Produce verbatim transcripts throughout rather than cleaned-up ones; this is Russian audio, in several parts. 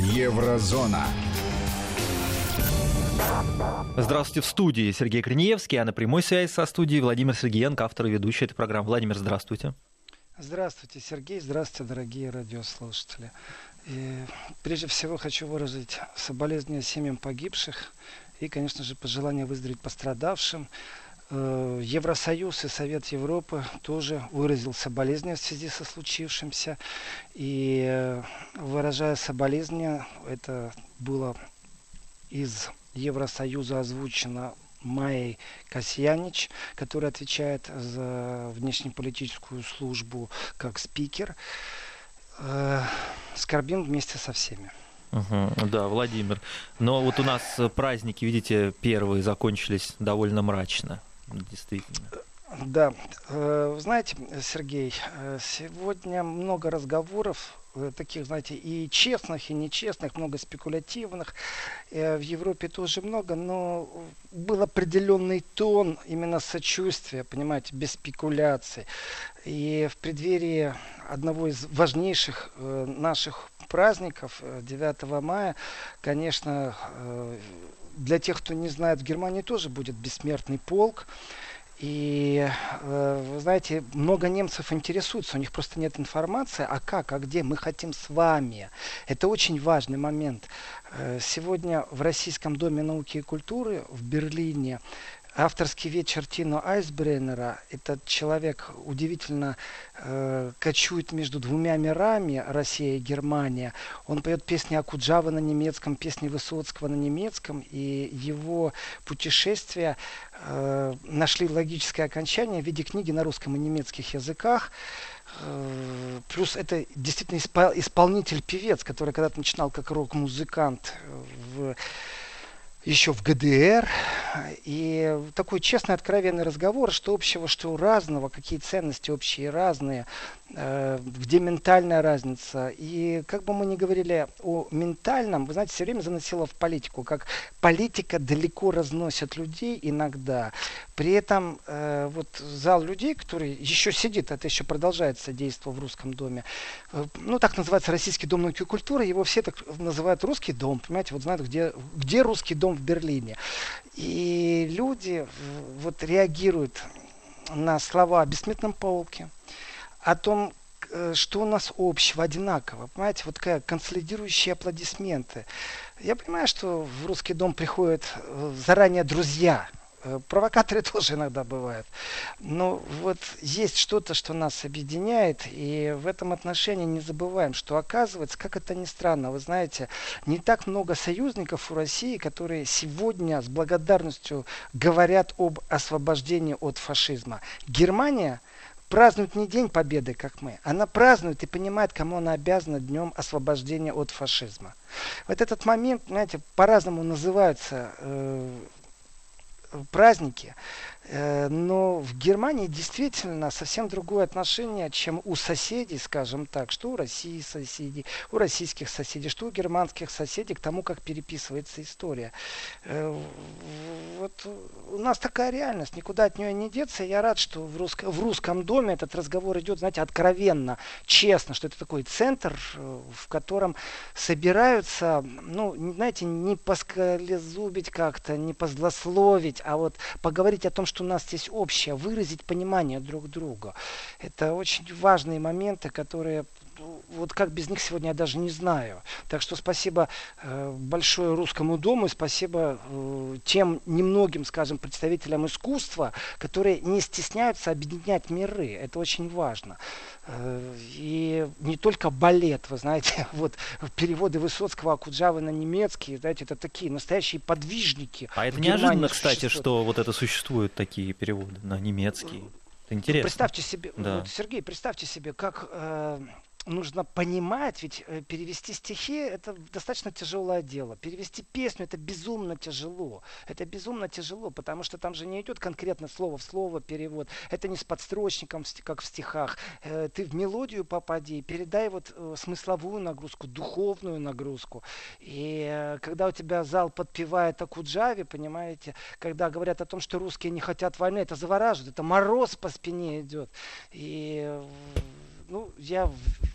Еврозона. Здравствуйте, в студии Сергей Корнеевский, а на прямой связи со студией Владимир Сергеенко, автор и ведущий этой программы. Владимир, здравствуйте. Здравствуйте, Сергей. Здравствуйте, дорогие радиослушатели. И прежде всего хочу выразить соболезнования семьям погибших и, конечно же, пожелания выздороветь пострадавшим. Евросоюз и Совет Европы тоже выразил соболезнования в связи со случившимся. И выражая соболезнования, это было из Евросоюза озвучено Майей Касьянич, который отвечает за внешнеполитическую службу как спикер. Скорбим вместе со всеми. Угу, да, Владимир. Но вот у нас праздники, видите, первые закончились довольно мрачно. Действительно. Да, вы знаете, Сергей, сегодня много разговоров, таких, знаете, и честных, и нечестных, много спекулятивных. В Европе тоже много, но был определенный тон именно сочувствия, понимаете, без спекуляций. И в преддверии одного из важнейших наших праздников, девятого мая, конечно, для тех, кто не знает, в Германии тоже будет бессмертный полк. И, вы знаете, много немцев интересуются, у них просто нет информации, а как, а где, мы хотим с вами. Это очень важный момент. Сегодня в Российском доме науки и культуры в Берлине авторский вечер Тино Айсбреннера. Этот человек удивительно э, кочует между двумя мирами, Россия и Германия. Он поет песни Акуджавы на немецком, песни Высоцкого на немецком, и его путешествия э, нашли логическое окончание в виде книги на русском и немецких языках. Э, плюс это действительно испол- исполнитель-певец, который когда-то начинал как рок-музыкант в еще в ГДР, и такой честный, откровенный разговор, что общего, что разного, какие ценности общие разные, э, где ментальная разница. И как бы мы ни говорили о ментальном, вы знаете, все время заносило в политику, как политика далеко разносит людей иногда. При этом э, вот зал людей, который еще сидит, это еще продолжается действо в Русском доме, э, ну так называется Российский дом науки и культуры, его все так называют Русский дом, понимаете, вот знают, где, где Русский дом в Берлине. И люди вот реагируют на слова о бессмертном полке, о том, что у нас общего, одинаково. Понимаете, вот такая консолидирующие аплодисменты. Я понимаю, что в Русский дом приходят заранее друзья. Провокаторы тоже иногда бывают. Но вот есть что-то, что нас объединяет, и в этом отношении не забываем, что оказывается, как это ни странно, вы знаете, не так много союзников у России, которые сегодня с благодарностью говорят об освобождении от фашизма. Германия празднует не День Победы, как мы. Она празднует и понимает, кому она обязана днем освобождения от фашизма. Вот этот момент, знаете, по-разному называются э, праздники, но в Германии действительно совсем другое отношение, чем у соседей, скажем так, что у России соседей, у российских соседей, что у германских соседей к тому, как переписывается история. Вот у нас такая реальность, никуда от нее не деться. Я рад, что в, русско- в русском доме этот разговор идет, знаете, откровенно, честно, что это такой центр, в котором собираются, ну, знаете, не поскалезубить как-то, не позлословить, а вот поговорить о том, что у нас здесь общее, выразить понимание друг друга. Это очень важные моменты, которые, вот как без них сегодня я даже не знаю. Так что спасибо э, большое Русскому дому и спасибо э, тем немногим, скажем, представителям искусства, которые не стесняются объединять миры. Это очень важно. Э, и не только балет, вы знаете, вот переводы Высоцкого, Акуджавы на немецкий, знаете, это такие настоящие подвижники. А это неожиданно, кстати, что вот это существуют такие переводы на немецкий. Это интересно. Представьте себе, да. вот, Сергей, представьте себе, как э, нужно понимать, ведь э, перевести стихи это достаточно тяжелое дело. Перевести песню это безумно тяжело. Это безумно тяжело, потому что там же не идет конкретно слово в слово перевод. Это не с подстрочником, как в стихах. Э, ты в мелодию попади, передай вот э, смысловую нагрузку, духовную нагрузку. И э, когда у тебя зал подпевает Акуджаве, понимаете, когда говорят о том, что русские не хотят войны, это завораживает, это мороз по спине идет. И ну, я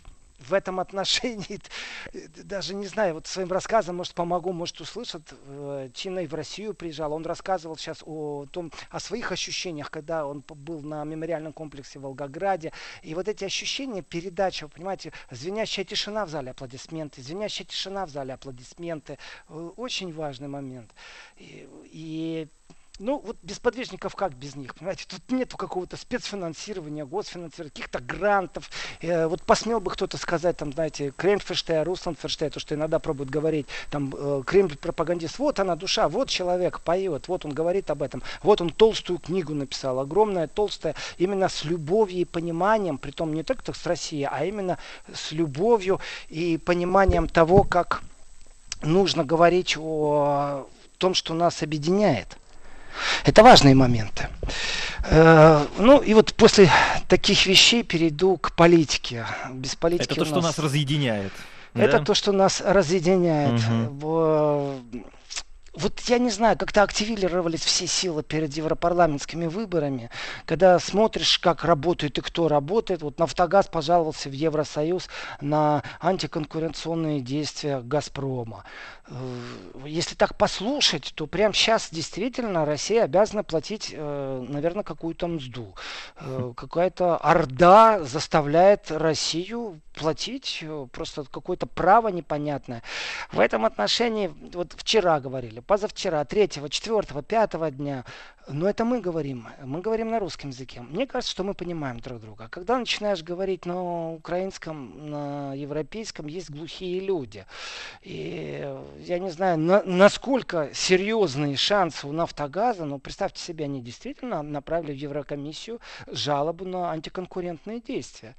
в этом отношении даже не знаю, вот своим рассказом, может, помогу, может, услышат. Чиной в Россию приезжал, он рассказывал сейчас о том, о своих ощущениях, когда он был на мемориальном комплексе в Волгограде. И вот эти ощущения, передача, вы понимаете, звенящая тишина в зале, аплодисменты, звенящая тишина в зале, аплодисменты. Очень важный момент. И, и ну, вот без подвижников как без них, понимаете? Тут нету какого-то спецфинансирования, госфинансирования, каких-то грантов. Э, вот посмел бы кто-то сказать, там, знаете, Кремль-Ферштея, Руслан-Ферштея, то, что иногда пробуют говорить, там, э, Кремль-пропагандист, вот она душа, вот человек поет, вот он говорит об этом, вот он толстую книгу написал, огромная, толстая, именно с любовью и пониманием, притом не только с Россией, а именно с любовью и пониманием того, как нужно говорить о том, что нас объединяет. Это важные моменты. Э, ну и вот после таких вещей перейду к политике. Без политики Это то, у нас... что нас разъединяет. Это да? то, что нас разъединяет. Угу. Вот я не знаю, как-то активировались все силы перед европарламентскими выборами, когда смотришь, как работает и кто работает. Вот «Нафтогаз» пожаловался в Евросоюз на антиконкуренционные действия «Газпрома». Если так послушать, то прямо сейчас действительно Россия обязана платить, наверное, какую-то мзду. Какая-то орда заставляет Россию платить просто какое-то право непонятное. В этом отношении, вот вчера говорили, позавчера, третьего, четвертого, пятого дня, но это мы говорим, мы говорим на русском языке. Мне кажется, что мы понимаем друг друга. Когда начинаешь говорить на украинском, на европейском, есть глухие люди. И я не знаю, на, насколько серьезные шансы у «Нафтогаза», но представьте себе, они действительно направили в Еврокомиссию жалобу на антиконкурентные действия.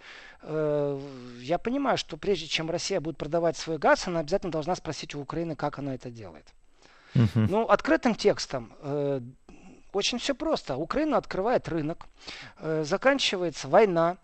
Я понимаю, что прежде чем Россия будет продавать свой газ, она обязательно должна спросить у Украины, как она это делает. Uh-huh. Ну, открытым текстом э, очень все просто. Украина открывает рынок, э, заканчивается война,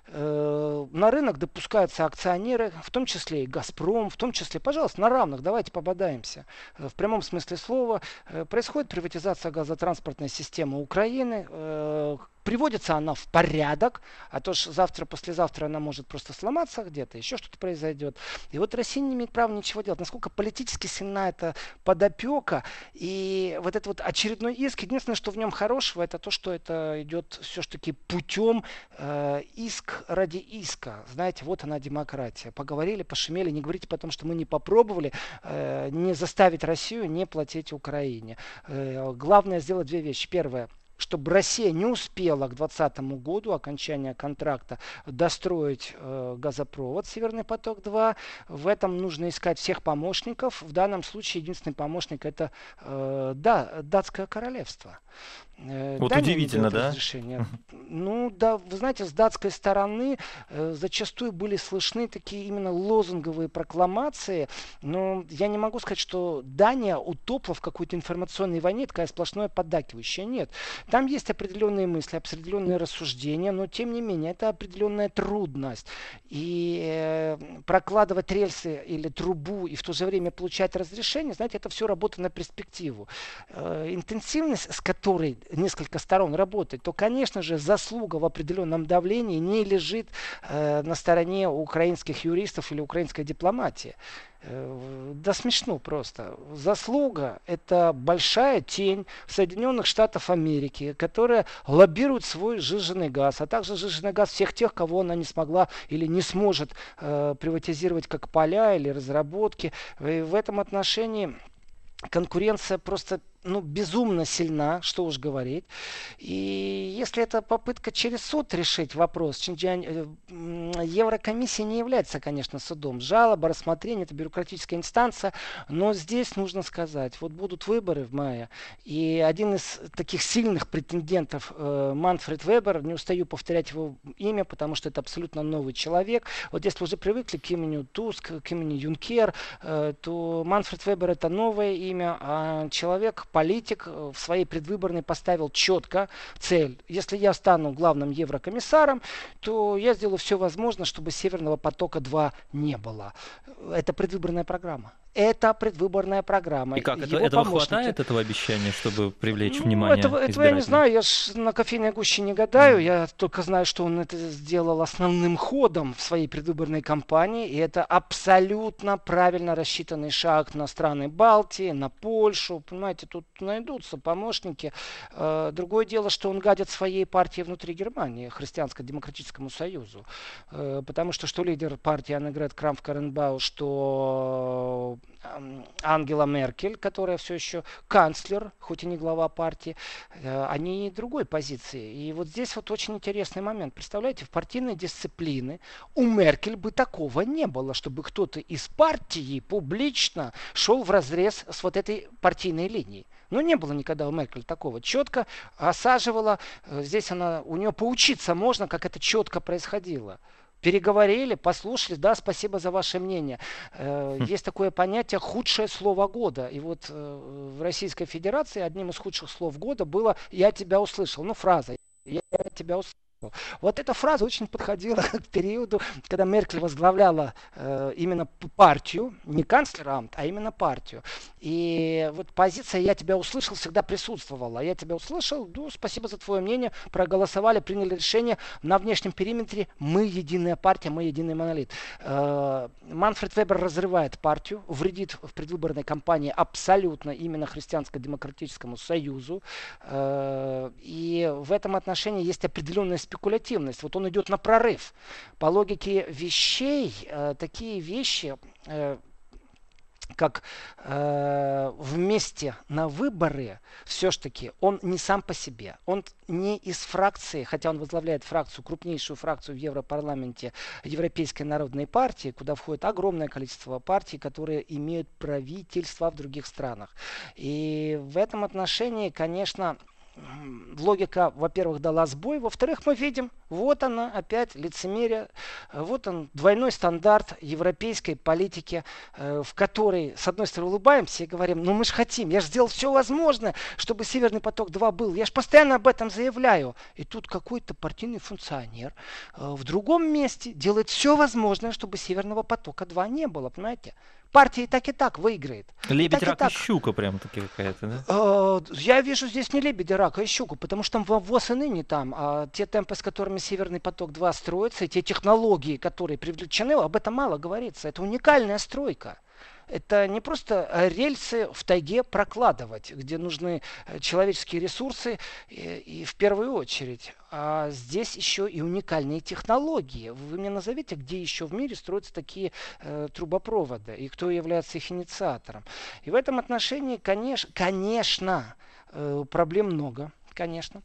э, на рынок допускаются акционеры, в том числе и «Газпром», в том числе, пожалуйста, на равных, давайте пободаемся. В прямом смысле слова э, происходит приватизация газотранспортной системы Украины, э, приводится она в порядок, а то ж завтра-послезавтра она может просто сломаться где-то, еще что-то произойдет. И вот Россия не имеет права ничего делать. Насколько политически сильна эта подопека, и вот этот вот очередной иск, единственное, что в нем хорошего, это то, что это идет все-таки путем э, иск ради иска. Знаете, вот она демократия. Поговорили, пошумели, не говорите потом, что мы не попробовали э, не заставить Россию не платить Украине. Э, главное сделать две вещи. Первое, чтобы Россия не успела к двадцатому году окончания контракта достроить э, газопровод «Северный поток-два». В этом нужно искать всех помощников. В данном случае единственный помощник это э, да, датское королевство. Э, вот Дания удивительно, да? Ну да, вы знаете, с датской стороны э, зачастую были слышны такие именно лозунговые прокламации, но я не могу сказать, что Дания утопла в какой-то информационной войне, такая сплошное поддакивающее. Нет. Там есть определенные мысли, определенные рассуждения, но тем не менее это определенная трудность. И э, прокладывать рельсы или трубу и в то же время получать разрешение, знаете, это все работа на перспективу. Э, интенсивность, с которой несколько сторон работает, то, конечно же, заслуга в определенном давлении не лежит э, на стороне украинских юристов или украинской дипломатии. Да смешно просто. Заслуга — это большая тень Соединенных Штатов Америки, которая лоббирует свой сжиженный газ, а также сжиженный газ всех тех, кого она не смогла или не сможет э, приватизировать как поля или разработки. И в этом отношении конкуренция просто ну, безумно сильна, что уж говорить. И если это попытка через суд решить вопрос, Еврокомиссия не является, конечно, судом. Жалоба, рассмотрение — это бюрократическая инстанция, но здесь нужно сказать, вот будут выборы в мае, и один из таких сильных претендентов, Манфред Вебер, не устаю повторять его имя, потому что это абсолютно новый человек. Вот если вы уже привыкли к имени Туск, к имени Юнкер, то Манфред Вебер — это новое имя, а человек, политик в своей предвыборной поставил четко цель. Если я стану главным еврокомиссаром, то я сделаю все возможное, чтобы Северного потока-два не было. Это предвыборная программа. Это предвыборная программа. И как, это, Его этого помощники. хватает, этого обещания, чтобы привлечь Ну, внимание этого, этого я не знаю, я ж на кофейной гуще не гадаю, mm. я только знаю, что он это сделал основным ходом в своей предвыборной кампании, и это абсолютно правильно рассчитанный шаг на страны Балтии, на Польшу, понимаете, тут найдутся помощники. Другое дело, что он гадит своей партии внутри Германии, Христианско-демократическому союзу, потому что что лидер партии Аннегрет Крамф-Карренбау, что Ангела Меркель, которая все еще канцлер, хоть и не глава партии, они другой позиции. И вот здесь вот очень интересный момент. Представляете, в партийной дисциплине у Меркель бы такого не было, чтобы кто-то из партии публично шел вразрез с вот этой партийной линией. Но не было никогда у Меркель такого. Четко осаживала. Здесь она, у нее поучиться можно, как это четко происходило. Переговорили, послушали, да, спасибо за ваше мнение. Есть такое понятие «худшее слово года». И вот в Российской Федерации одним из худших слов года было «я тебя услышал». Ну, фраза «я тебя услышал». Вот эта фраза очень подходила к периоду, когда Меркель возглавляла э, именно партию, не канцлерамт, а именно партию. И вот позиция «я тебя услышал» всегда присутствовала. «Я тебя услышал», ну, спасибо за твое мнение, проголосовали, приняли решение. На внешнем периметре мы единая партия, мы единый монолит. Э, Манфред Вебер разрывает партию, вредит в предвыборной кампании абсолютно именно Христианско-демократическому союзу. Э, и в этом отношении есть определенная спекулятивность. Вот он идет на прорыв. По логике вещей, э, такие вещи, э, как э, вместе на выборы, все-таки он не сам по себе. Он не из фракции, хотя он возглавляет фракцию, крупнейшую фракцию в Европарламенте Европейской народной партии, куда входит огромное количество партий, которые имеют правительства в других странах. И в этом отношении, конечно, логика, во-первых, дала сбой, во-вторых, мы видим, вот она опять лицемерие, вот он двойной стандарт европейской политики, в которой, с одной стороны, улыбаемся и говорим, ну мы же хотим, я же сделал все возможное, чтобы Северный поток-два был, я же постоянно об этом заявляю. И тут какой-то партийный функционер в другом месте делает все возможное, чтобы Северного потока-два не было, понимаете? Партия и так и так выиграет. Лебедь, и рак и, и щука прям-таки какая-то, да? Э, я вижу здесь не лебедя, рака и щуку, потому что там ВОЗ и ныне там. А те темпы, с которыми Северный поток-два строится, и те технологии, которые привлечены, об этом мало говорится. Это уникальная стройка. Это не просто рельсы в тайге прокладывать, где нужны человеческие ресурсы и, и в первую очередь. А здесь еще и уникальные технологии. Вы мне назовите, где еще в мире строятся такие э, трубопроводы и кто является их инициатором. И в этом отношении, конечно, конечно э, проблем много. Конечно.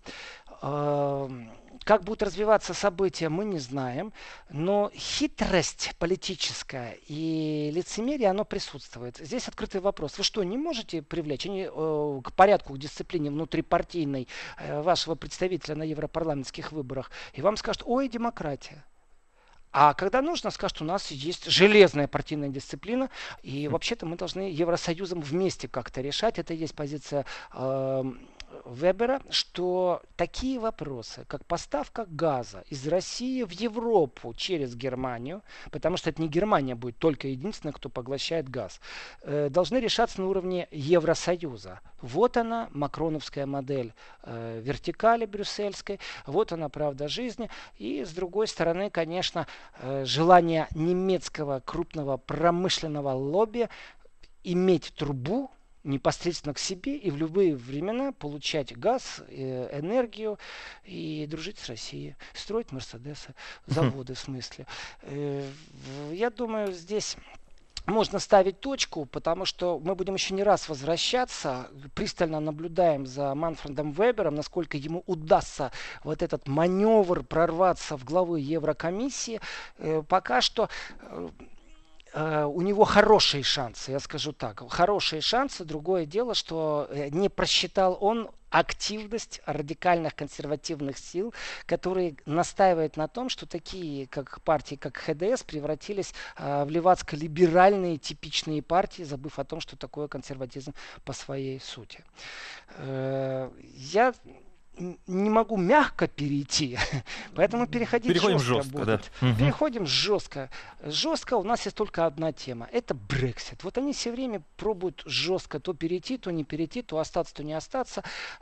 Как будут развиваться события, мы не знаем, но хитрость политическая и лицемерие, оно присутствует. Здесь открытый вопрос. Вы что, не можете привлечь они, э, к порядку, к дисциплине внутрипартийной э, вашего представителя на европарламентских выборах, и вам скажут, ой, демократия. А когда нужно, скажут, у нас есть железная партийная дисциплина, и вообще-то мы должны Евросоюзом вместе как-то решать. Это и есть позиция э, Вебера, что такие вопросы, как поставка газа из России в Европу через Германию, потому что это не Германия будет только единственная, кто поглощает газ, э, должны решаться на уровне Евросоюза. Вот она, макроновская модель э, вертикали брюссельской, вот она правда жизни. И с другой стороны, конечно, э, желание немецкого крупного промышленного лобби иметь трубу непосредственно к себе и в любые времена получать газ, э, энергию и дружить с Россией, строить Мерседесы, заводы в смысле. Э, я думаю, здесь можно ставить точку, потому что мы будем еще не раз возвращаться, пристально наблюдаем за Манфредом Вебером, насколько ему удастся вот этот маневр прорваться в главы Еврокомиссии. Э, пока что э, у него хорошие шансы, я скажу так, хорошие шансы. Другое дело, что не просчитал он активность радикальных консервативных сил, которые настаивают на том, что такие как партии, как ХДС, превратились э, в левацко-либеральные типичные партии, забыв о том, что такое консерватизм по своей сути. Э, я не могу мягко перейти, поэтому переходить Переходим жестко, жестко, будет. Да. Угу. Переходим жестко. Жестко у нас есть только одна тема. Это Brexit. Вот они все время пробуют жестко то перейти, то не перейти, то остаться, то не остаться.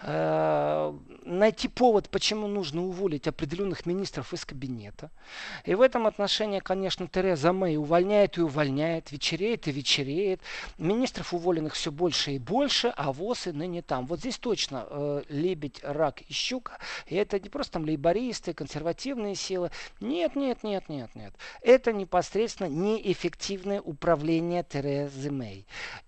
Э-э- найти повод, почему нужно уволить определенных министров из кабинета. И в этом отношении, конечно, Тереза Мэй увольняет и увольняет, вечереет и вечереет. Министров уволенных все больше и больше, а ВОЗ и ныне там. Вот здесь точно э- лебедь, рак и щука. И это не просто там лейбористы, консервативные силы. Нет, нет, нет, нет, нет. Это непосредственно неэффективное управление Терезы Мэй.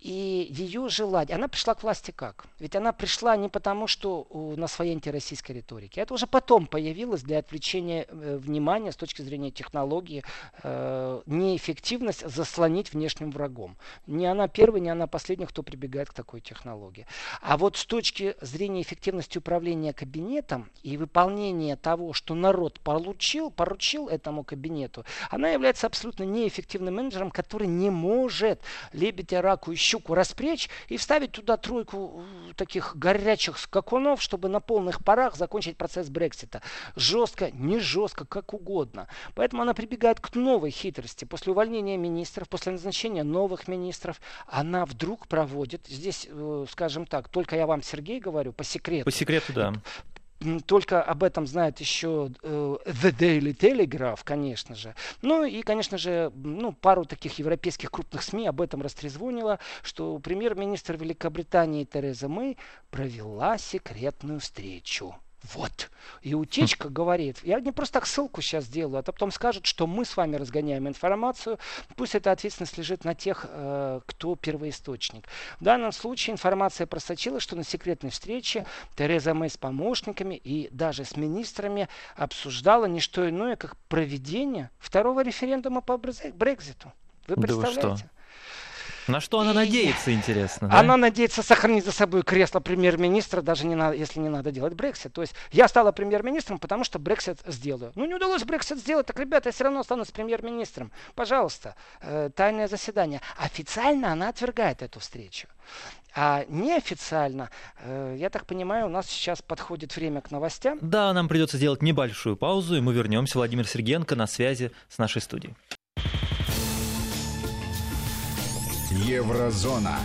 И ее желание... Она пришла к власти как? Ведь она пришла не потому, что uh, на своей антироссийской риторике. Это уже потом появилось для отвлечения э, внимания с точки зрения технологии. Э, неэффективность заслонить внешним врагом. Не она первая, не она последняя, кто прибегает к такой технологии. А вот с точки зрения эффективности управления кабинетом и выполнение того, что народ получил, поручил этому кабинету, она является абсолютно неэффективным менеджером, который не может лебедя, раку и щуку распрячь и вставить туда тройку таких горячих скакунов, чтобы на полных парах закончить процесс Брексита. Жестко, не жестко, как угодно. Поэтому она прибегает к новой хитрости. После увольнения министров, после назначения новых министров, она вдруг проводит, здесь, скажем так, только я вам, Сергей, говорю, по секрету. По секрету, да. Только об этом знает еще э, The Daily Telegraph, конечно же. Ну и, конечно же, ну, пару таких европейских крупных СМИ об этом растрезвонило, что премьер-министр Великобритании Тереза Мэй провела секретную встречу. Вот. И утечка говорит, я не просто так ссылку сейчас делаю, а то потом скажут, что мы с вами разгоняем информацию. Пусть эта ответственность лежит на тех, э, кто первоисточник. В данном случае информация просочилась, что на секретной встрече Тереза Мэй с помощниками и даже с министрами обсуждала не что иное, как проведение второго референдума по Брекзиту. Вы представляете? Да вы что? На что она И надеется, интересно? Да? Она надеется сохранить за собой кресло премьер-министра, даже не надо, если не надо делать Брексит. То есть я стала премьер-министром, потому что Брексит сделаю. Ну не удалось Брексит сделать, так, ребята, я все равно останусь премьер-министром. Пожалуйста, э, тайное заседание. Официально она отвергает эту встречу. А неофициально, э, я так понимаю, у нас сейчас подходит время к новостям. Да, нам придется сделать небольшую паузу, и мы вернемся. Владимир Сергеенко на связи с нашей студией. Еврозона.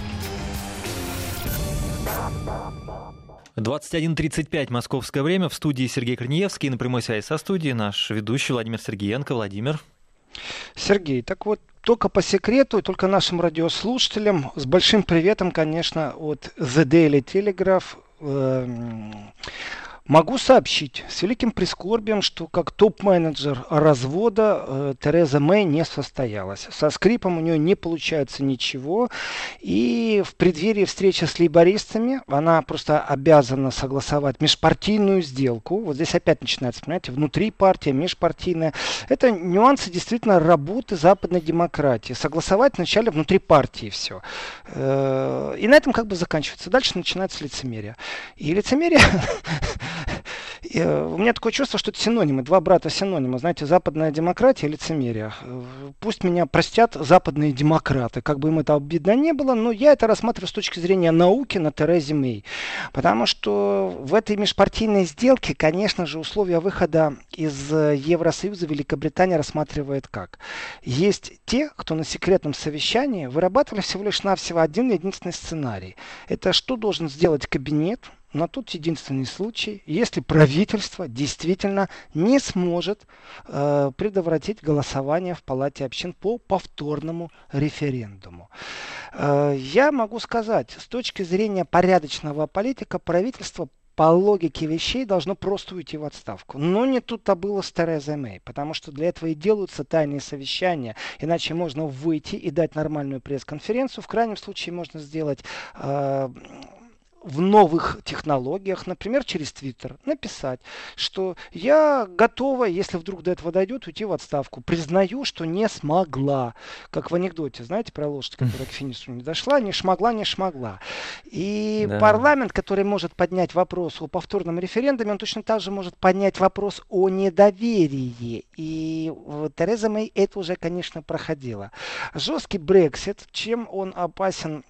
двадцать один тридцать пять московское время. В студии Сергей Корнеевский. На прямой связи со студией наш ведущий Владимир Сергеенко. Владимир. Сергей, так вот, только по секрету, только нашим радиослушателям, с большим приветом, конечно, от The Daily Telegraph, э- могу сообщить с великим прискорбием, что как топ-менеджер развода э, Тереза Мэй не состоялась. Со скрипом у нее не получается ничего. И в преддверии встречи с лейбористами она просто обязана согласовать межпартийную сделку. Вот здесь опять начинается, понимаете, внутри партии, межпартийная. Это нюансы действительно работы западной демократии. Согласовать вначале внутри партии все. Э, и на этом как бы заканчивается. Дальше начинается лицемерие. И лицемерие... И, uh, у меня такое чувство, что это синонимы, два брата синонима. Знаете, западная демократия и лицемерие. Uh, пусть меня простят западные демократы, как бы им это обидно не было, но я это рассматриваю с точки зрения науки на Терезе Мэй. Потому что в этой межпартийной сделке, конечно же, условия выхода из Евросоюза Великобритания рассматривает как. Есть те, кто на секретном совещании вырабатывали всего лишь навсего один единственный сценарий. Это что должен сделать кабинет на тот единственный случай, если правительство действительно не сможет э, предотвратить голосование в Палате общин по повторному референдуму. Э, я могу сказать, с точки зрения порядочного политика, правительство по логике вещей должно просто уйти в отставку. Но не тут-то было с Терезой Мэй, потому что для этого и делаются тайные совещания, иначе можно выйти и дать нормальную пресс-конференцию. В крайнем случае можно сделать... Э, в новых технологиях, например, через Твиттер, написать, что я готова, если вдруг до этого дойдет, уйти в отставку. Признаю, что не смогла. Как в анекдоте, знаете, про лошадь, которая к финишу не дошла, не шмогла, не шмогла. И да. Парламент, который может поднять вопрос о повторном референдуме, он точно так же может поднять вопрос о недоверии. И Тереза Мэй это уже, конечно, проходила. Жесткий Брексит, чем он опасен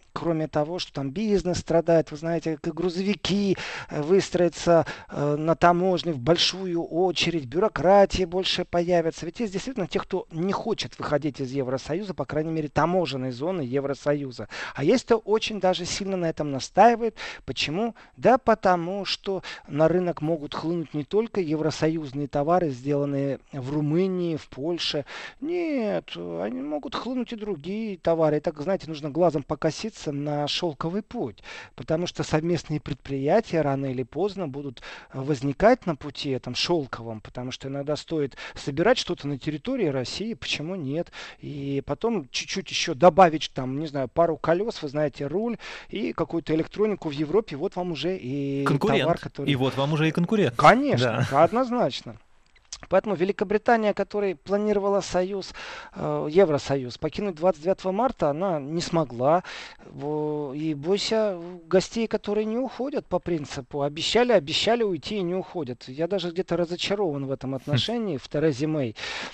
кроме того, что там бизнес страдает, вы знаете, как грузовики э, выстроятся э, на таможне в большую очередь, бюрократия больше появится. Ведь есть действительно те, кто не хочет выходить из Евросоюза, по крайней мере, таможенной зоны Евросоюза. А есть кто очень даже сильно на этом настаивает. Почему? Да потому, что на рынок могут хлынуть не только евросоюзные товары, сделанные в Румынии, в Польше. Нет, они могут хлынуть и другие товары. И так, знаете, нужно глазом покоситься на шелковый путь, потому что совместные предприятия рано или поздно будут возникать на пути этом шелковом, потому что иногда стоит собирать что-то на территории России, почему нет, и потом чуть-чуть еще добавить там, не знаю, пару колес, вы знаете, руль и какую-то электронику в Европе, вот вам уже и конкурент. Товар, который... И вот вам уже и конкурент. Конечно, да. однозначно. Поэтому Великобритания, которая планировала союз, э, Евросоюз, покинуть двадцать девятого марта, она не смогла. И бойся гостей, которые не уходят по принципу. Обещали, обещали уйти и не уходят. Я даже где-то разочарован в этом отношении, в Терезе Мэй.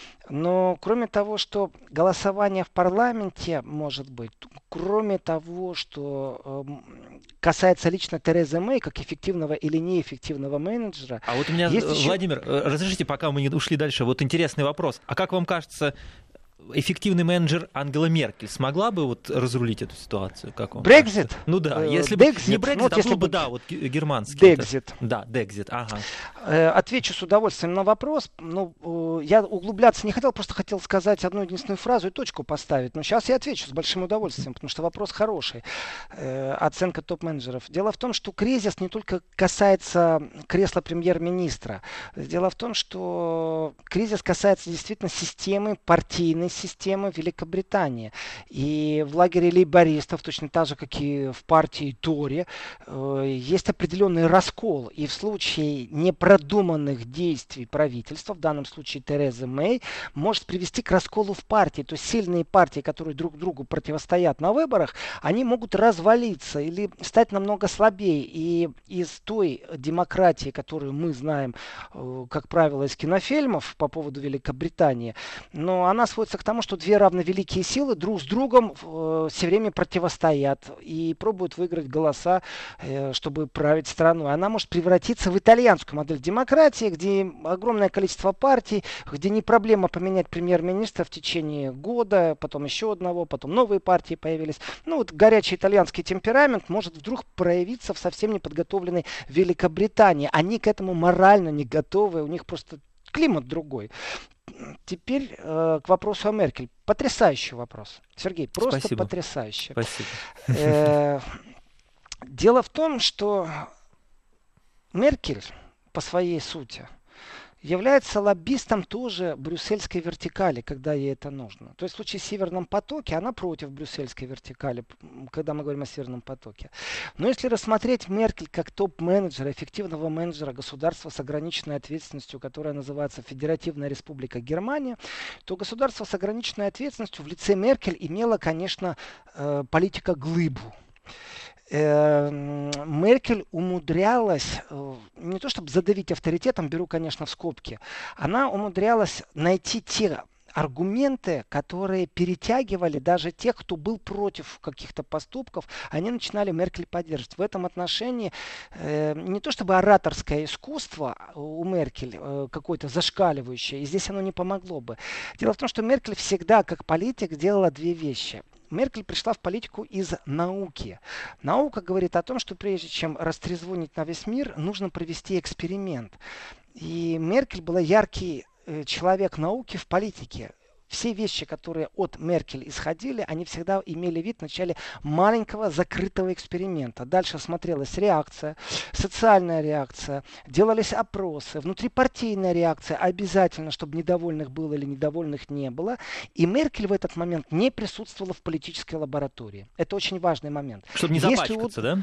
Но кроме того, что голосование в парламенте может быть, кроме того, что э, касается лично Терезы Мэй, как эффективного или неэффективного менеджера. А вот у меня, есть Владимир, еще... разрешите, пока мы не ушли дальше, вот интересный вопрос. А как вам кажется, эффективный менеджер Ангела Меркель смогла бы вот разрулить эту ситуацию? Брексит? Ну да, э, если бы Дексит. не Брексит, ну, вот а если был бы, бы... да, вот германский. Дексит. Да, Дексит, ага. Э, отвечу с удовольствием на вопрос. Ну, э, я углубляться не хотел, просто хотел сказать одну единственную фразу и точку поставить. Но сейчас я отвечу с большим удовольствием, потому что вопрос хороший. Э, оценка топ-менеджеров. Дело в том, что кризис не только касается кресла премьер-министра. Дело в том, что кризис касается действительно системы, партийной системы Великобритании. И в лагере лейбористов, точно так же, как и в партии Тори, э, есть определенный раскол. И в случае непродуманных действий правительства, в данном случае Терезы Мэй, может привести к расколу в партии. То есть сильные партии, которые друг другу противостоят на выборах, они могут развалиться или стать намного слабее. И из той демократии, которую мы знаем, э, как правило, из кинофильмов по поводу Великобритании, но она сводится к тому, что две равновеликие силы друг с другом э, все время противостоят и пробуют выиграть голоса, э, чтобы править страной. Она может превратиться в итальянскую модель демократии, где огромное количество партий, где не проблема поменять премьер-министра в течение года, потом еще одного, потом новые партии появились. Ну вот горячий итальянский темперамент может вдруг проявиться в совсем неподготовленной Великобритании. Они к этому морально не готовы, у них просто климат другой. Теперь э, к вопросу о Меркель. Потрясающий вопрос. Сергей, просто Спасибо. потрясающе. Спасибо. Э, дело в том, что Меркель по своей сути является лоббистом тоже брюссельской вертикали, когда ей это нужно. То есть в случае с Северном потоке она против брюссельской вертикали, когда мы говорим о Северном потоке. Но если рассмотреть Меркель как топ-менеджера, эффективного менеджера государства с ограниченной ответственностью, которое называется Федеративная Республика Германия, то государство с ограниченной ответственностью в лице Меркель имело, конечно, э, политика-глыбу. Меркель умудрялась, не то чтобы задавить авторитетом, беру, конечно, в скобки, она умудрялась найти те аргументы, которые перетягивали даже тех, кто был против каких-то поступков, они начинали Меркель поддерживать. В этом отношении э, не то чтобы ораторское искусство у Меркель э, какое-то зашкаливающее, и здесь оно не помогло бы. Дело в том, что Меркель всегда, как политик, делала две вещи. Меркель пришла в политику из науки. Наука говорит о том, что прежде чем растрезвонить на весь мир, нужно провести эксперимент. И Меркель была яркий э, человек науки в политике. Все вещи, которые от Меркель исходили, они всегда имели вид вначале маленького закрытого эксперимента. Дальше смотрелась реакция, социальная реакция, делались опросы, внутрипартийная реакция, обязательно, чтобы недовольных было или недовольных не было. И Меркель в этот момент не присутствовала в политической лаборатории. Это очень важный момент. Чтобы не Если запачкаться, вот... да?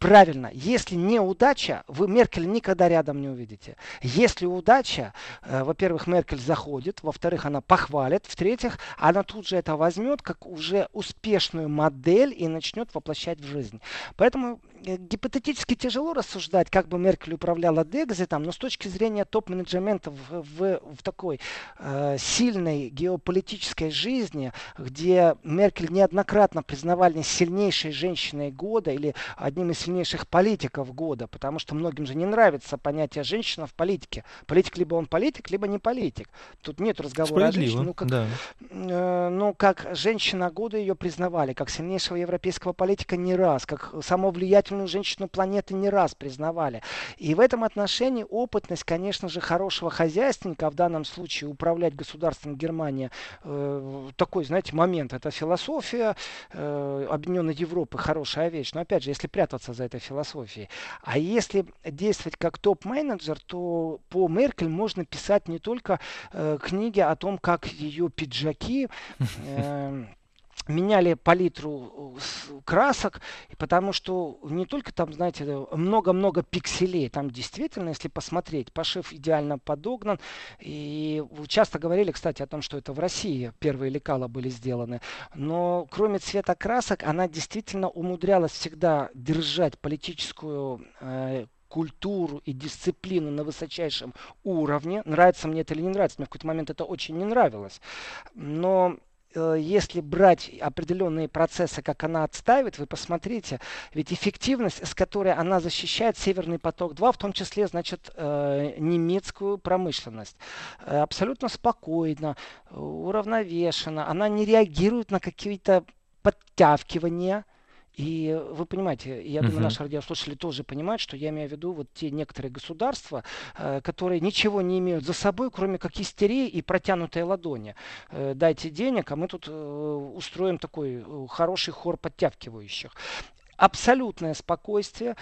Правильно. Если неудача, вы Меркель никогда рядом не увидите. Если удача, э, во-первых, Меркель заходит, во-вторых, она похвалит, в-третьих, она тут же это возьмет как уже успешную модель и начнет воплощать в жизнь. Поэтому э, гипотетически тяжело рассуждать, как бы Меркель управляла Декзитом, но с точки зрения топ-менеджмента в, в, в такой э, сильной геополитической жизни, где Меркель неоднократно признавали сильнейшей женщиной года или одним из сильнейших политиков года, потому что многим же не нравится понятие женщина в политике. Политик либо он политик, либо не политик. Тут нет разговора о женщине. Ну как, да. э, ну, как женщина года ее признавали, как сильнейшего европейского политика не раз, как самую влиятельную женщину планеты не раз признавали. И в этом отношении опытность, конечно же, хорошего хозяйственника, в данном случае управлять государством Германии, э, такой, знаете, момент, это философия э, Объединенной Европы, хорошая вещь. Но опять же, если прятаться за этой философией. А если действовать как топ-менеджер, то по Меркель можно писать не только э, книги о том, как ее пиджаки э, меняли палитру красок, потому что не только там, знаете, много-много пикселей, там действительно, если посмотреть, пошив идеально подогнан, и часто говорили, кстати, о том, что это в России первые лекала были сделаны, но кроме цвета красок, она действительно умудрялась всегда держать политическую э, культуру и дисциплину на высочайшем уровне. Нравится мне это или не нравится, мне в какой-то момент это очень не нравилось, но если брать определенные процессы, как она отставит, вы посмотрите, ведь эффективность, с которой она защищает Северный поток-два, в том числе, значит, э, немецкую промышленность, э, абсолютно спокойно, уравновешенно, она не реагирует на какие-то подтягивания. И вы понимаете, я думаю, uh-huh. наши радиослушатели тоже понимают, что я имею в виду вот те некоторые государства, э, которые ничего не имеют за собой, кроме как истерии и протянутой ладони. Э, дайте денег, а мы тут э, устроим такой э, хороший хор подтягивающих. Абсолютное спокойствие.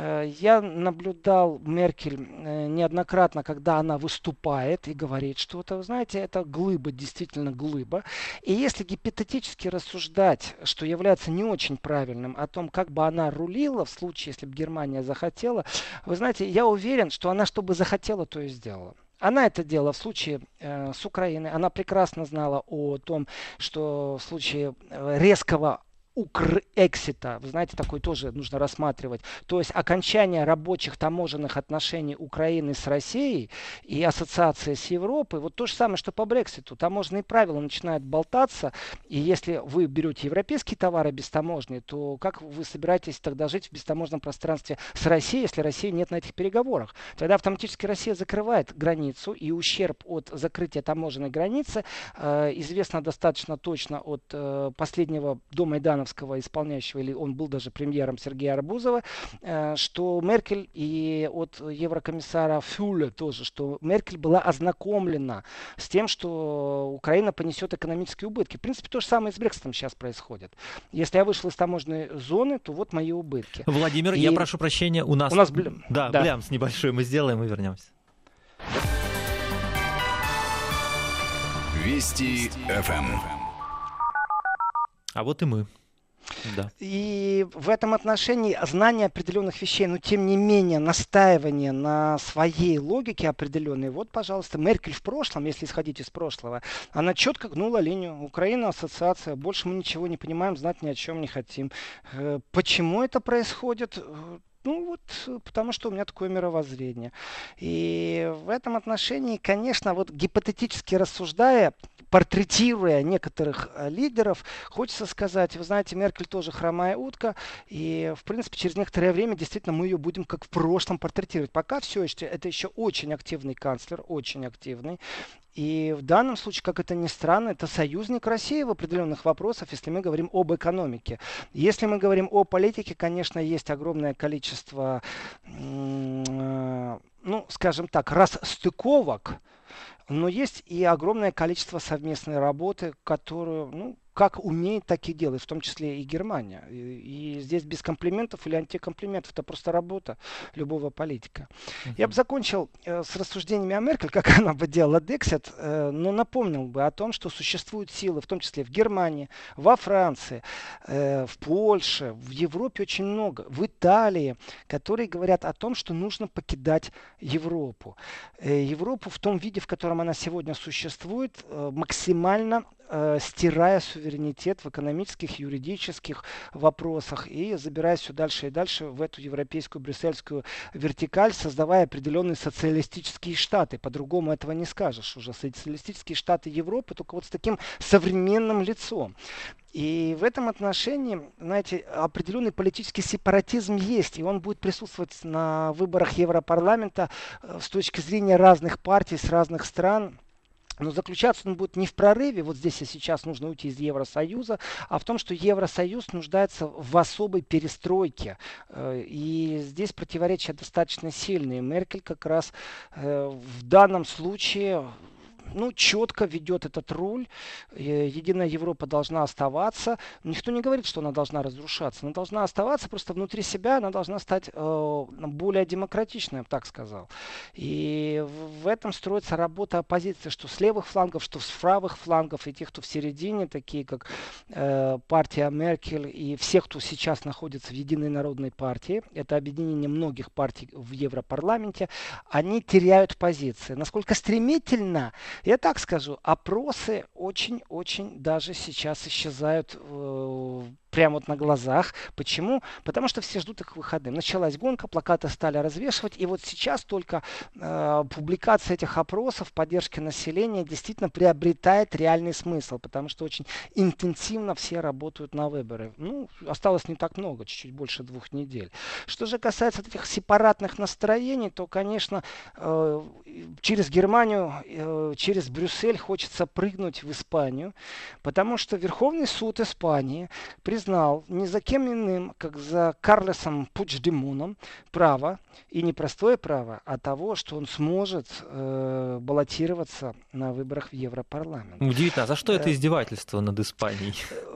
Я наблюдал Меркель неоднократно, когда она выступает и говорит что-то. Вы знаете, это глыба, действительно глыба. И если гипотетически рассуждать, что является не очень правильным, о том, как бы она рулила в случае, если бы Германия захотела, вы знаете, я уверен, что она что бы захотела, то и сделала. Она это делала в случае э, с Украиной. Она прекрасно знала о том, что в случае э, резкого Укрэксита, вы знаете, такой тоже нужно рассматривать. То есть окончание рабочих таможенных отношений Украины с Россией и ассоциации с Европой. Вот то же самое, что по Брекситу. Таможенные правила начинают болтаться. И если вы берете европейские товары без таможни, то как вы собираетесь тогда жить в бестаможенном пространстве с Россией, если России нет на этих переговорах? Тогда автоматически Россия закрывает границу, и ущерб от закрытия таможенной границы э, известно достаточно точно от э, последнего домайдановского исполняющего, или он был даже премьером Сергея Арбузова, э, что Меркель и от еврокомиссара Фюле тоже, что Меркель была ознакомлена с тем, что Украина понесет экономические убытки. В принципе, то же самое и с Брекситом сейчас происходит. Если я вышел из таможенной зоны, то вот мои убытки. Владимир, и... я прошу прощения, у нас... У нас бл... да, да. блямс небольшой мы сделаем и вернемся. Вести эф эм. А вот и мы. Да. И в этом отношении знание определенных вещей, но тем не менее настаивание на своей логике определенной. Вот, пожалуйста, Меркель в прошлом, если исходить из прошлого, она четко гнула линию. Украина, ассоциация, больше мы ничего не понимаем, знать ни о чем не хотим. Почему это происходит? Ну вот, потому что у меня такое мировоззрение. И в этом отношении, конечно, вот гипотетически рассуждая, портретируя некоторых лидеров, хочется сказать, вы знаете, Меркель тоже хромая утка, и, в принципе, через некоторое время действительно мы ее будем как в прошлом портретировать. Пока все еще, это еще очень активный канцлер, очень активный. И в данном случае, как это ни странно, это союзник России в определенных вопросах, если мы говорим об экономике. Если мы говорим о политике, конечно, есть огромное количество, ну, скажем так, расстыковок, но есть и огромное количество совместной работы, которую, ну, как умеет, так и делает, в том числе и Германия. И, и здесь без комплиментов или антикомплиментов, это просто работа любого политика. Uh-huh. Я бы закончил э, с рассуждениями о Меркель, как она бы делала Дексит, э, но напомнил бы о том, что существуют силы, в том числе в Германии, во Франции, э, в Польше, в Европе очень много, в Италии, которые говорят о том, что нужно покидать Европу. Э, Европу в том виде, в котором она сегодня существует, э, максимально э, стирая суверенитет в экономических, юридических вопросах и забираясь все дальше и дальше в эту европейскую брюссельскую вертикаль, создавая определенные социалистические штаты. По-другому этого не скажешь. Уже социалистические штаты Европы, только вот с таким современным лицом. И в этом отношении, знаете, определенный политический сепаратизм есть, и он будет присутствовать на выборах Европарламента э, с точки зрения разных партий, с разных стран. Но заключаться он будет не в прорыве, вот здесь и сейчас нужно уйти из Евросоюза, а в том, что Евросоюз нуждается в особой перестройке. И здесь противоречия достаточно сильные. Меркель как раз в данном случае... ну, четко ведет этот руль. Единая Европа должна оставаться. Никто не говорит, что она должна разрушаться. Она должна оставаться просто внутри себя. Она должна стать э, более демократичной, я бы так сказал. И в, в этом строится работа оппозиции, что с левых флангов, что с правых флангов. И тех, кто в середине, такие как э, партия Меркель и всех, кто сейчас находится в Единой народной партии. Это объединение многих партий в Европарламенте. Они теряют позиции. Насколько стремительно... Я так скажу, опросы очень-очень даже сейчас исчезают э, прямо вот на глазах. Почему? Потому что все ждут их выходным. Началась гонка, плакаты стали развешивать, и вот сейчас только э, публикация этих опросов, поддержки населения действительно приобретает реальный смысл, потому что очень интенсивно все работают на выборы. Ну, осталось не так много, чуть-чуть больше двух недель. Что же касается этих сепаратных настроений, то, конечно, э, через Германию, э, через Брюссель хочется прыгнуть в Испанию, потому что Верховный суд Испании признал ни за кем иным, как за Карлесом Пучдемоном, право, и не простое право, а того, что он сможет э, баллотироваться на выборах в Европарламент. Удивительно, а за что это издевательство над Испанией?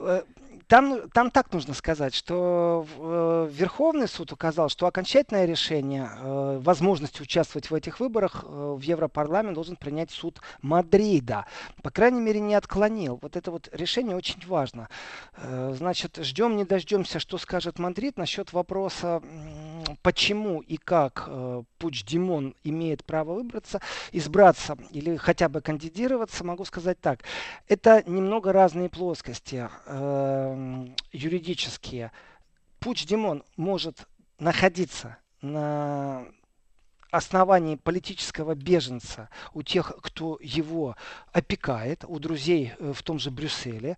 Там, там так нужно сказать, что э, Верховный суд указал, что окончательное решение э, возможности участвовать в этих выборах э, в Европарламент должен принять суд Мадрида. По крайней мере, не отклонил. Вот это вот решение очень важно. Э, значит, ждем, не дождемся, что скажет Мадрид насчет вопроса, э, почему и как э, Пучдемон имеет право выбраться, избраться или хотя бы кандидироваться. Могу сказать так. Это немного разные плоскости. Э, юридические. Пучдемон может находиться на основании политического беженца у тех, кто его опекает, у друзей в том же Брюсселе,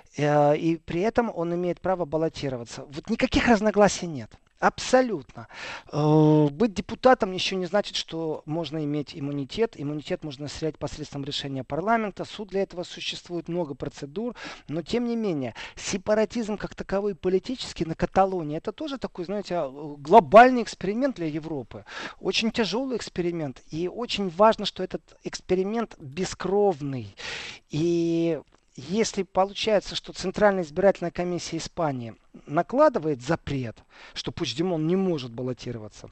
и при этом он имеет право баллотироваться. Вот никаких разногласий нет. Абсолютно. Быть депутатом еще не значит, что можно иметь иммунитет. Иммунитет можно снять посредством решения парламента. Суд для этого существует, много процедур. Но тем не менее, сепаратизм как таковой политический на Каталонии, это тоже такой, знаете, глобальный эксперимент для Европы. Очень тяжелый эксперимент. И очень важно, что этот эксперимент бескровный. И если получается, что Центральная избирательная комиссия Испании накладывает запрет, что Пучдемон не может баллотироваться,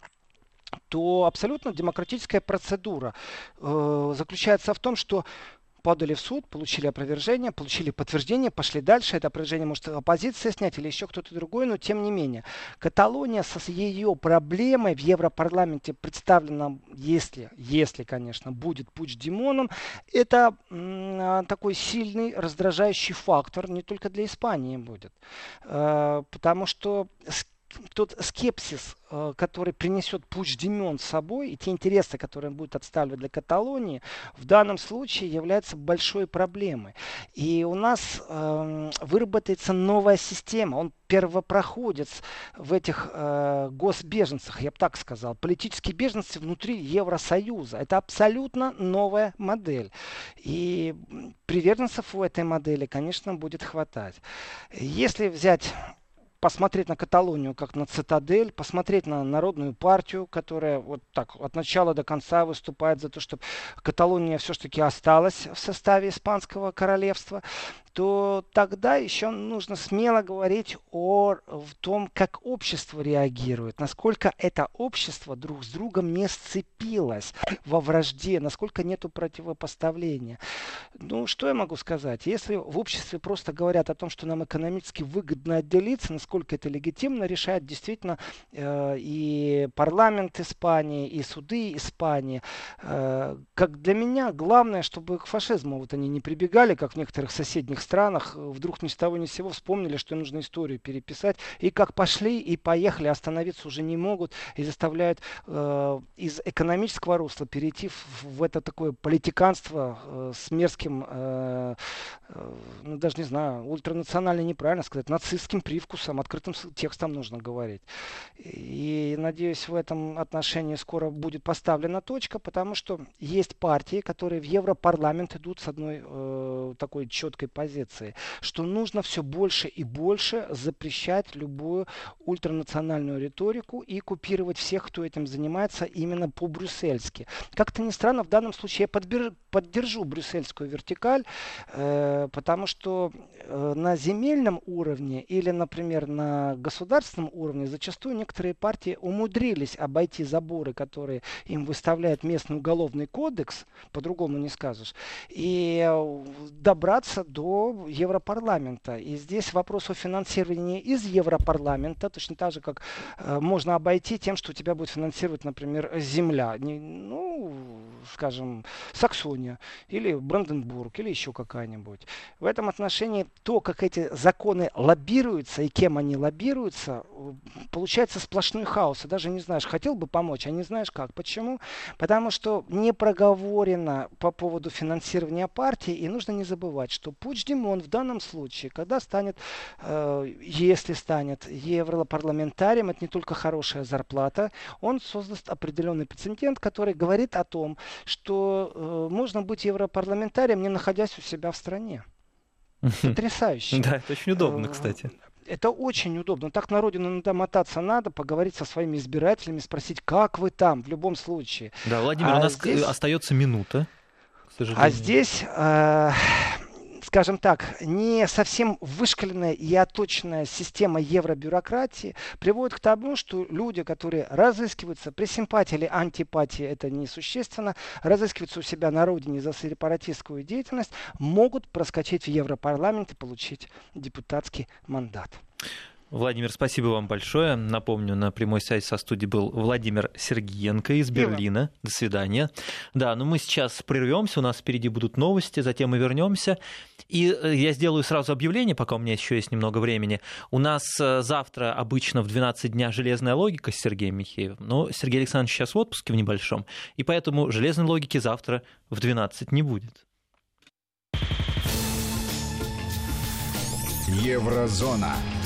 то абсолютно демократическая процедура э, заключается в том, что подали в суд, получили опровержение, получили подтверждение, пошли дальше. Это опровержение может оппозиция снять или еще кто-то другой, но тем не менее. Каталония со ее проблемой в Европарламенте представлена, если, если, конечно, будет Пучдемоном, это м, такой сильный раздражающий фактор не только для Испании будет. Э, потому что тот скепсис, который принесет Пучдемон с собой, и те интересы, которые он будет отстаивать для Каталонии, в данном случае являются большой проблемой. И у нас э, выработается новая система. Он первопроходец в этих э, госбеженцах, я бы так сказал. Политические беженцы внутри Евросоюза. Это абсолютно новая модель. И приверженцев у этой модели, конечно, будет хватать. Если взять... посмотреть на Каталонию как на цитадель, посмотреть на Народную партию, которая вот так от начала до конца выступает за то, чтобы Каталония все-таки осталась в составе Испанского королевства. то тогда еще нужно смело говорить о в том, как общество реагирует, насколько это общество друг с другом не сцепилось во вражде, насколько нету противопоставления. Ну, что я могу сказать? Если в обществе просто говорят о том, что нам экономически выгодно отделиться, насколько это легитимно, решает действительно э, и парламент Испании, и суды Испании. Э, как для меня главное, чтобы к фашизму вот они не прибегали, как в некоторых соседних странах, вдруг ни с того ни с сего вспомнили, что нужно историю переписать, и как пошли и поехали, остановиться уже не могут, и заставляют э, из экономического русла перейти в, в это такое политиканство э, с мерзким, э, э, ну даже не знаю, ультранационально неправильно сказать, нацистским привкусом, открытым текстом нужно говорить. И надеюсь, в этом отношении скоро будет поставлена точка, потому что есть партии, которые в Европарламент идут с одной э, такой четкой позиции, что нужно все больше и больше запрещать любую ультранациональную риторику и купировать всех, кто этим занимается именно по-брюссельски. Как-то ни странно, в данном случае я подбер... поддержу брюссельскую вертикаль, э, потому что э, на земельном уровне или, например, на государственном уровне зачастую некоторые партии умудрились обойти заборы, которые им выставляет местный уголовный кодекс, по-другому не скажешь, и добраться до Европарламента. И здесь вопрос о финансировании из Европарламента, точно так же, как э, можно обойти тем, что у тебя будет финансировать, например, земля. Не, ну, скажем, Саксония или Бранденбург или еще какая-нибудь. В этом отношении то, как эти законы лоббируются и кем они лоббируются, получается сплошной хаос. И даже не знаешь, хотел бы помочь, а не знаешь как. Почему? Потому что не проговорено по поводу финансирования партии, и нужно не забывать, что Пучдемон в данном случае, когда станет, э, если станет европарламентарием, это не только хорошая зарплата, он создаст определенный прецедент, который говорит о том, что э, можно быть европарламентарием, не находясь у себя в стране. Потрясающе. Да, это очень удобно, кстати. Это очень удобно. Так на родину надо мотаться надо, поговорить со своими избирателями, спросить, как вы там, в любом случае. Да, Владимир, а у нас здесь... остается минута, к сожалению. А здесь... Э... скажем так, не совсем вышкаленная и оточенная система евробюрократии приводит к тому, что люди, которые разыскиваются при симпатии или антипатии, это несущественно, разыскиваются у себя на родине за сепаратистскую деятельность, могут проскочить в Европарламент и получить депутатский мандат. Владимир, спасибо вам большое. Напомню, на прямой связи со студией был Владимир Сергиенко из Берлина. До свидания. Да, ну мы сейчас прервемся, у нас впереди будут новости, затем мы вернемся. И я сделаю сразу объявление, пока у меня еще есть немного времени. У нас завтра обычно в двенадцать дня «Железная логика» с Сергеем Михеевым, но Сергей Александрович сейчас в отпуске в небольшом, и поэтому «Железной логики» завтра в двенадцать не будет. Еврозона.